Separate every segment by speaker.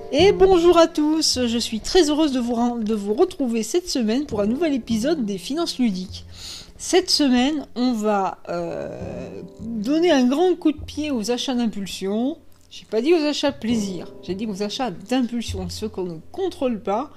Speaker 1: Et bonjour à tous, je suis très heureuse de vous retrouver cette semaine pour un nouvel épisode des Finances Ludiques. Cette semaine, on va donner un grand coup de pied aux achats d'impulsion. J'ai pas dit aux achats plaisir, j'ai dit aux achats d'impulsion, ceux qu'on ne contrôle pas.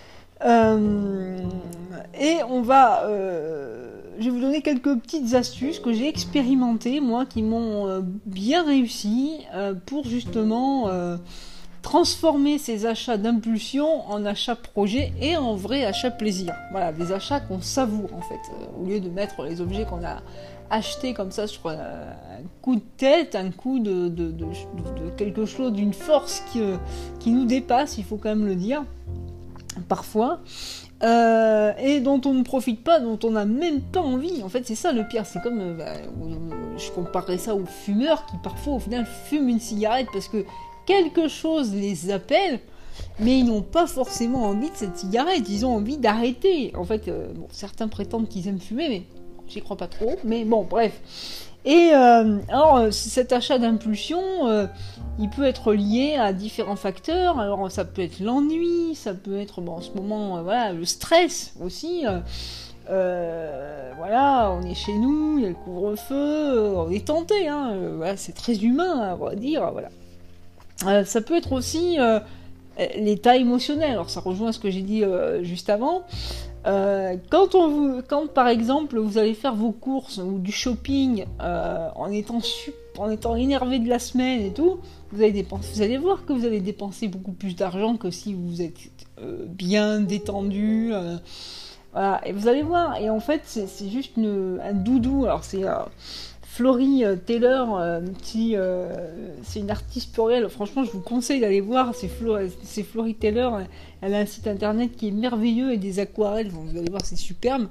Speaker 1: Et on va... je vais vous donner quelques petites astuces que j'ai expérimentées, moi, qui m'ont bien réussi pour justement... transformer ces achats d'impulsion en achats projet et en vrai achats plaisir. Voilà, des achats qu'on savoure en fait, au lieu de mettre les objets qu'on a achetés comme ça sur un coup de tête, un coup de quelque chose, d'une force qui nous dépasse, il faut quand même le dire, parfois. Et dont on ne profite pas, dont on n'a même pas envie. En fait, c'est ça le pire. C'est comme, je comparerais ça aux fumeurs qui parfois, au final, fument une cigarette parce que quelque chose les appelle, mais ils n'ont pas forcément envie de cette cigarette. Ils ont envie d'arrêter. En fait, certains prétendent qu'ils aiment fumer, mais j'y crois pas trop. Mais bon, bref. Et alors, cet achat d'impulsion, il peut être lié à différents facteurs. Alors, ça peut être l'ennui, ça peut être, en ce moment, voilà, le stress aussi. Voilà, on est chez nous, il y a le couvre-feu, on est tenté, hein, voilà, c'est très humain, on va dire, voilà. Ça peut être aussi l'état émotionnel. Alors, ça rejoint ce que j'ai dit juste avant. Quand par exemple vous allez faire vos courses ou du shopping en étant énervé de la semaine et tout, vous allez voir que vous allez dépenser beaucoup plus d'argent que si vous êtes bien détendu. Voilà, et vous allez voir. Et en fait, c'est juste un doudou. Alors c'est Florie Taylor, c'est une artiste plurielle. Franchement, je vous conseille d'aller voir. C'est Florie Taylor. Elle a un site internet qui est merveilleux et des aquarelles. Vous allez voir, c'est superbe.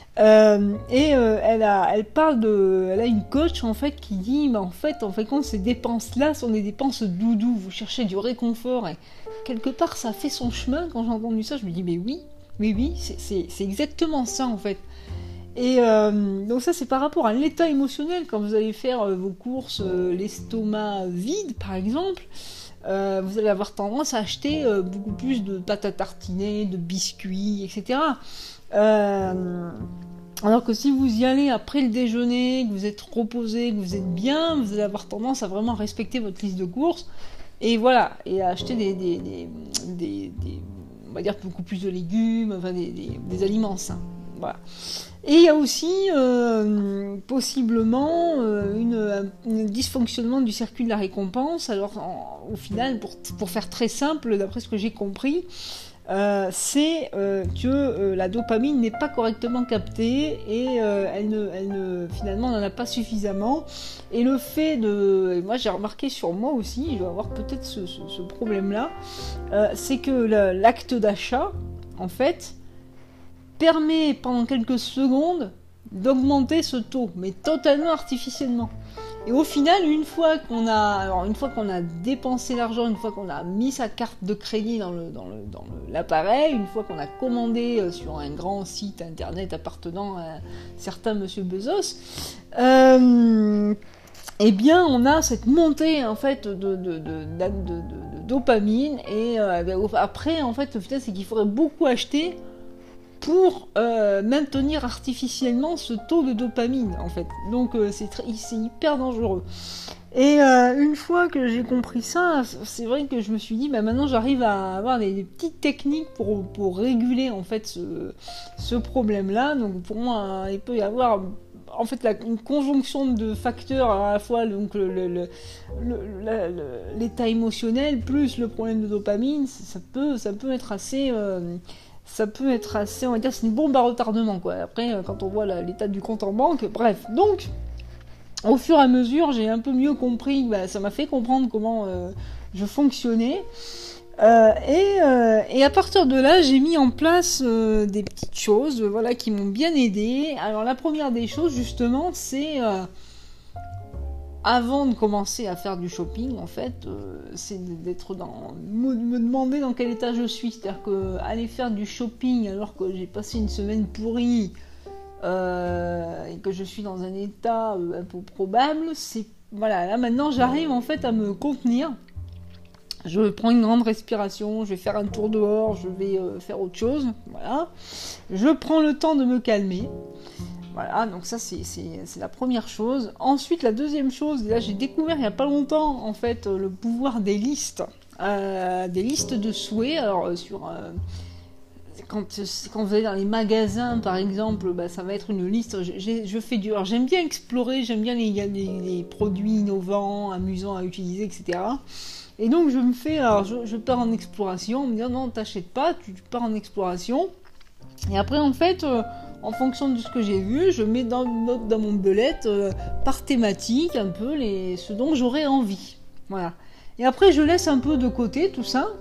Speaker 1: Elle a une coach en fait qui dit, mais en fait, quand ces dépenses-là sont des dépenses doudou. Vous cherchez du réconfort et quelque part, ça fait son chemin. Quand j'ai entendu ça, je me dis, mais oui, c'est exactement ça en fait. Et donc ça c'est par rapport à l'état émotionnel quand vous allez faire vos courses, l'estomac vide par exemple, vous allez avoir tendance à acheter beaucoup plus de pâte à tartiner, de biscuits, etc. Alors que si vous y allez après le déjeuner, que vous êtes reposé, que vous êtes bien, vous allez avoir tendance à vraiment respecter votre liste de courses et voilà, et à acheter des on va dire beaucoup plus de légumes, enfin des aliments sains. Voilà. Et il y a aussi possiblement un dysfonctionnement du circuit de la récompense. Alors au final, pour faire très simple, d'après ce que j'ai compris, c'est que la dopamine n'est pas correctement captée et finalement on n'en a pas suffisamment. Et le fait de... Moi j'ai remarqué sur moi aussi, je dois avoir peut-être ce problème-là, c'est que l'acte d'achat, en fait, permet pendant quelques secondes d'augmenter ce taux, mais totalement artificiellement. Et au final, une fois qu'on a dépensé l'argent, une fois qu'on a mis sa carte de crédit dans l'appareil, une fois qu'on a commandé sur un grand site internet appartenant à un certain monsieur Bezos, eh bien, on a cette montée en fait de dopamine et après en fait, au final, c'est qu'il faudrait beaucoup acheter pour maintenir artificiellement ce taux de dopamine en fait. Donc c'est hyper dangereux. Et une fois que j'ai compris ça, c'est vrai que je me suis dit, bah maintenant j'arrive à avoir des petites techniques pour réguler en fait ce problème-là. Donc pour moi, il peut y avoir en fait une conjonction de facteurs, à la fois donc l'état émotionnel plus le problème de dopamine, ça peut être assez... on va dire, c'est une bombe à retardement, quoi. Après, quand on voit l'état du compte en banque, bref. Donc, au fur et à mesure, j'ai un peu mieux compris, ça m'a fait comprendre comment je fonctionnais. Et à partir de là, j'ai mis en place des petites choses, voilà, qui m'ont bien aidé. Alors, la première des choses, justement, c'est... avant de commencer à faire du shopping, en fait, c'est me demander dans quel état je suis. C'est-à-dire que aller faire du shopping alors que j'ai passé une semaine pourrie et que je suis dans un état un peu probable, c'est voilà. Là maintenant, j'arrive en fait à me contenir Je prends une grande respiration, je vais faire un tour dehors, je vais faire autre chose, voilà. Je prends le temps de me calmer. Voilà, donc ça c'est la première chose. Ensuite, la deuxième chose, là j'ai découvert il n'y a pas longtemps en fait le pouvoir des listes de souhaits. Alors quand vous allez dans les magasins par exemple, bah, ça va être une liste. Je fais du. Alors j'aime bien explorer, j'aime bien les produits innovants, amusants à utiliser, etc. Et donc je pars en exploration, on me dit non, t'achètes pas, tu pars en exploration. Et après en fait, en fonction de ce que j'ai vu, je mets dans mon belette par thématique un peu ce dont j'aurais envie. Voilà. Et après je laisse un peu de côté tout ça.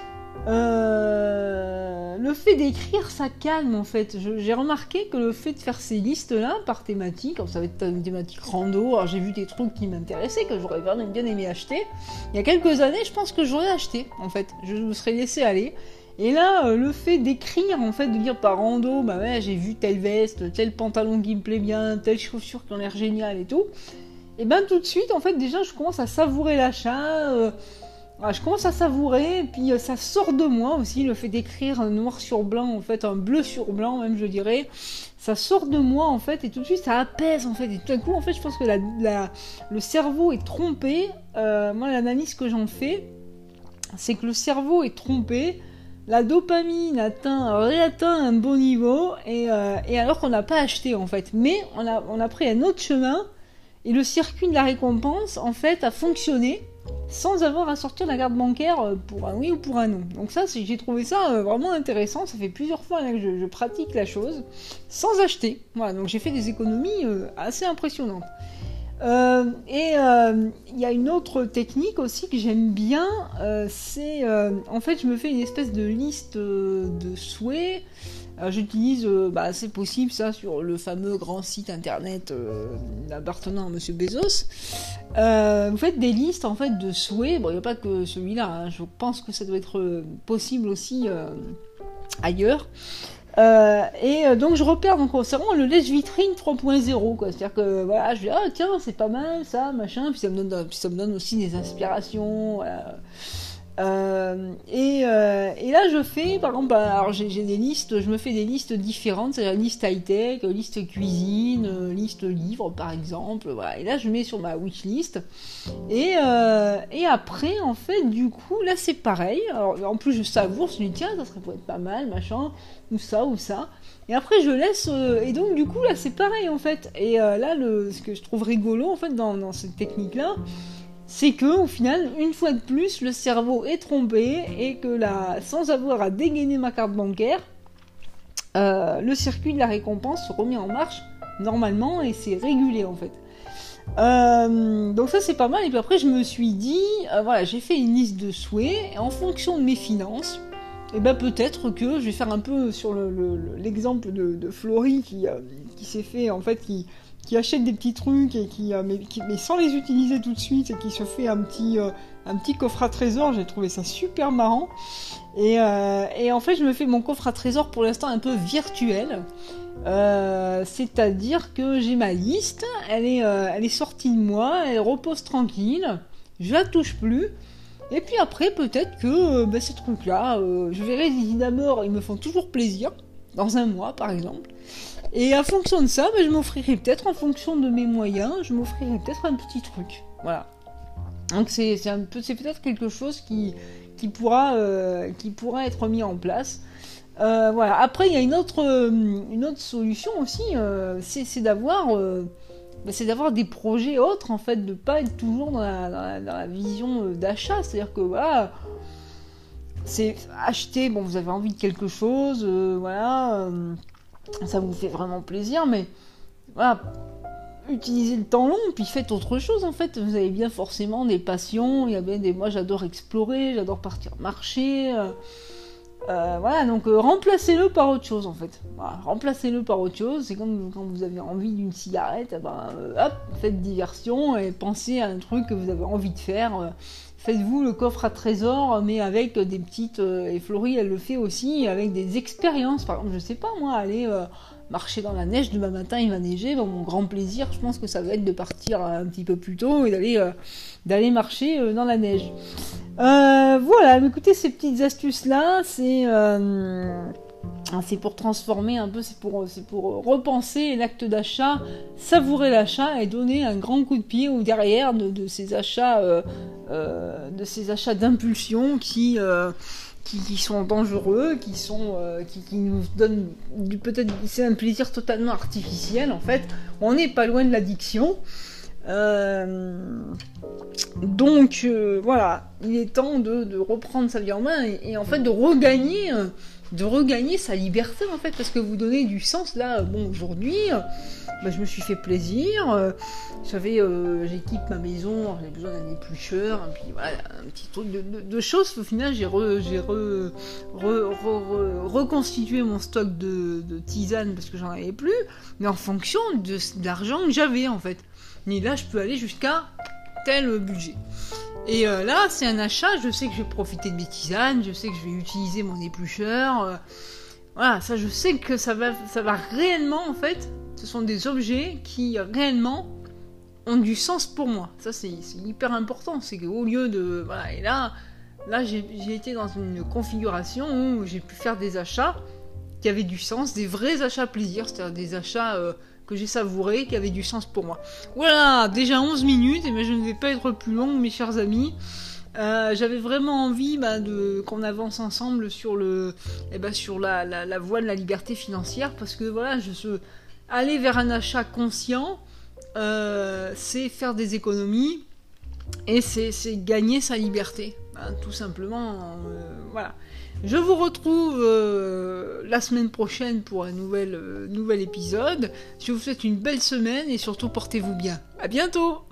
Speaker 1: Le fait d'écrire, ça calme en fait. J'ai remarqué que le fait de faire ces listes-là par thématique, ça va être une thématique rando, alors j'ai vu des trucs qui m'intéressaient, que j'aurais bien aimé acheter. Il y a quelques années, je pense que j'aurais acheté en fait. Je me serais laissé aller. Et là, le fait d'écrire, en fait, de dire par rando, bah ouais, j'ai vu telle veste, tel pantalon qui me plaît bien, telle chaussure qui ont l'air géniale et tout. Et ben tout de suite, en fait, déjà, je commence à savourer l'achat. Je commence à savourer, et puis ça sort de moi aussi, le fait d'écrire un noir sur blanc, en fait, un bleu sur blanc même, je dirais. Ça sort de moi, en fait, et tout de suite, ça apaise, en fait. Et tout d'un coup, en fait, je pense que le cerveau est trompé. Moi, l'analyse que j'en fais, c'est que le cerveau est trompé. La dopamine réatteint un bon niveau, et alors qu'on n'a pas acheté, en fait. Mais on a pris un autre chemin, et le circuit de la récompense, en fait, a fonctionné, sans avoir à sortir la carte bancaire pour un oui ou pour un non. Donc ça, j'ai trouvé ça vraiment intéressant. Ça fait plusieurs fois là, que je pratique la chose sans acheter. Voilà, donc j'ai fait des économies assez impressionnantes. Et il y a une autre technique aussi que j'aime bien. C'est en fait, je me fais une espèce de liste de souhaits. J'utilise, c'est possible ça sur le fameux grand site internet appartenant à Monsieur Bezos. Vous faites des listes en fait de souhaits. Bon, il n'y a pas que celui-là. Hein. Je pense que ça doit être possible aussi ailleurs. Donc je repère, donc c'est vraiment le lèche-vitrine 3.0 quoi. C'est-à-dire que voilà, je dis tiens c'est pas mal ça machin, puis ça me donne aussi des inspirations. Voilà. Et là je fais par exemple alors j'ai des listes, je me fais des listes différentes, c'est-à-dire liste high-tech, liste cuisine, liste livres par exemple, voilà. Et là je mets sur ma wishlist et après en fait du coup là c'est pareil. Alors en plus je savoure, je me dis tiens ça serait peut-être pas mal machin ou ça et après je laisse et donc du coup là c'est pareil en fait. Et là ce que je trouve rigolo en fait dans cette technique là, c'est que au final, une fois de plus, le cerveau est trompé et que sans avoir à dégainer ma carte bancaire, le circuit de la récompense se remet en marche normalement et c'est régulé en fait. Donc ça c'est pas mal. Et puis après je me suis dit, voilà, j'ai fait une liste de souhaits et en fonction de mes finances, et ben peut-être que je vais faire un peu sur l'exemple de Florie qui s'est fait en fait qui achète des petits trucs et mais sans les utiliser tout de suite et qui se fait un petit coffre à trésor. J'ai trouvé ça super marrant et en fait je me fais mon coffre à trésor pour l'instant un peu virtuel, c'est-à-dire que j'ai ma liste, elle est sortie de moi, elle repose tranquille, je la touche plus. Et puis après peut-être que ces trucs là je verrai les Idamor, ils me font toujours plaisir dans un mois par exemple. Et en fonction de ça, je m'offrirai peut-être, en fonction de mes moyens, je m'offrirai peut-être un petit truc. Voilà. Donc c'est peut-être quelque chose qui pourra être mis en place. Voilà. Après, il y a une autre solution aussi, c'est d'avoir des projets autres, en fait, de pas être toujours dans la vision d'achat. C'est-à-dire que voilà, c'est acheter, bon, vous avez envie de quelque chose, voilà. Ça vous fait vraiment plaisir, mais voilà, utilisez le temps long, puis faites autre chose en fait. Vous avez bien forcément des passions, moi j'adore explorer, j'adore partir marcher, voilà, donc remplacez-le par autre chose en fait. Voilà, remplacez-le par autre chose, c'est comme quand vous avez envie d'une cigarette, hop, faites diversion et pensez à un truc que vous avez envie de faire. Faites-vous le coffre à trésor, mais avec des petites... et Florie, elle le fait aussi, avec des expériences. Par exemple, je sais pas, moi, aller marcher dans la neige, demain matin, il va neiger. Bon, mon grand plaisir, je pense que ça va être de partir un petit peu plus tôt et d'aller marcher dans la neige. Voilà, mais écoutez, ces petites astuces-là, c'est pour transformer un peu, c'est pour repenser l'acte d'achat, savourer l'achat et donner un grand coup de pied au derrière de ces achats d'impulsion qui sont dangereux, qui nous donnent peut-être c'est un plaisir totalement artificiel en fait. On n'est pas loin de l'addiction. Donc voilà, il est temps de reprendre sa vie en main et en fait de regagner sa liberté en fait, parce que vous donnez du sens là. Bon, aujourd'hui, je me suis fait plaisir. J'équipe ma maison, j'ai besoin d'un éplucheur, et puis voilà, un petit truc de choses. Au final, j'ai reconstitué mon stock de tisane parce que j'en avais plus, mais en fonction de l'argent que j'avais en fait. Mais là, je peux aller jusqu'à tel budget. Et là, c'est un achat, je sais que je vais profiter de mes tisanes, je sais que je vais utiliser mon éplucheur. Voilà, ça, je sais que ça va réellement, en fait, ce sont des objets qui, réellement, ont du sens pour moi. Ça, c'est hyper important. C'est qu'au lieu de... Voilà, et là j'ai été dans une configuration où j'ai pu faire des achats qui avaient du sens, des vrais achats plaisir, c'est-à-dire des achats... que j'ai savouré, qui avait du sens pour moi. Voilà, déjà 11 minutes, et je ne vais pas être plus long, mes chers amis. J'avais vraiment envie qu'on avance ensemble sur la voie de la liberté financière, parce que voilà, aller vers un achat conscient, c'est faire des économies, et c'est gagner sa liberté, tout simplement. Voilà. Je vous retrouve la semaine prochaine pour un nouvel épisode. Je vous souhaite une belle semaine et surtout portez-vous bien. À bientôt!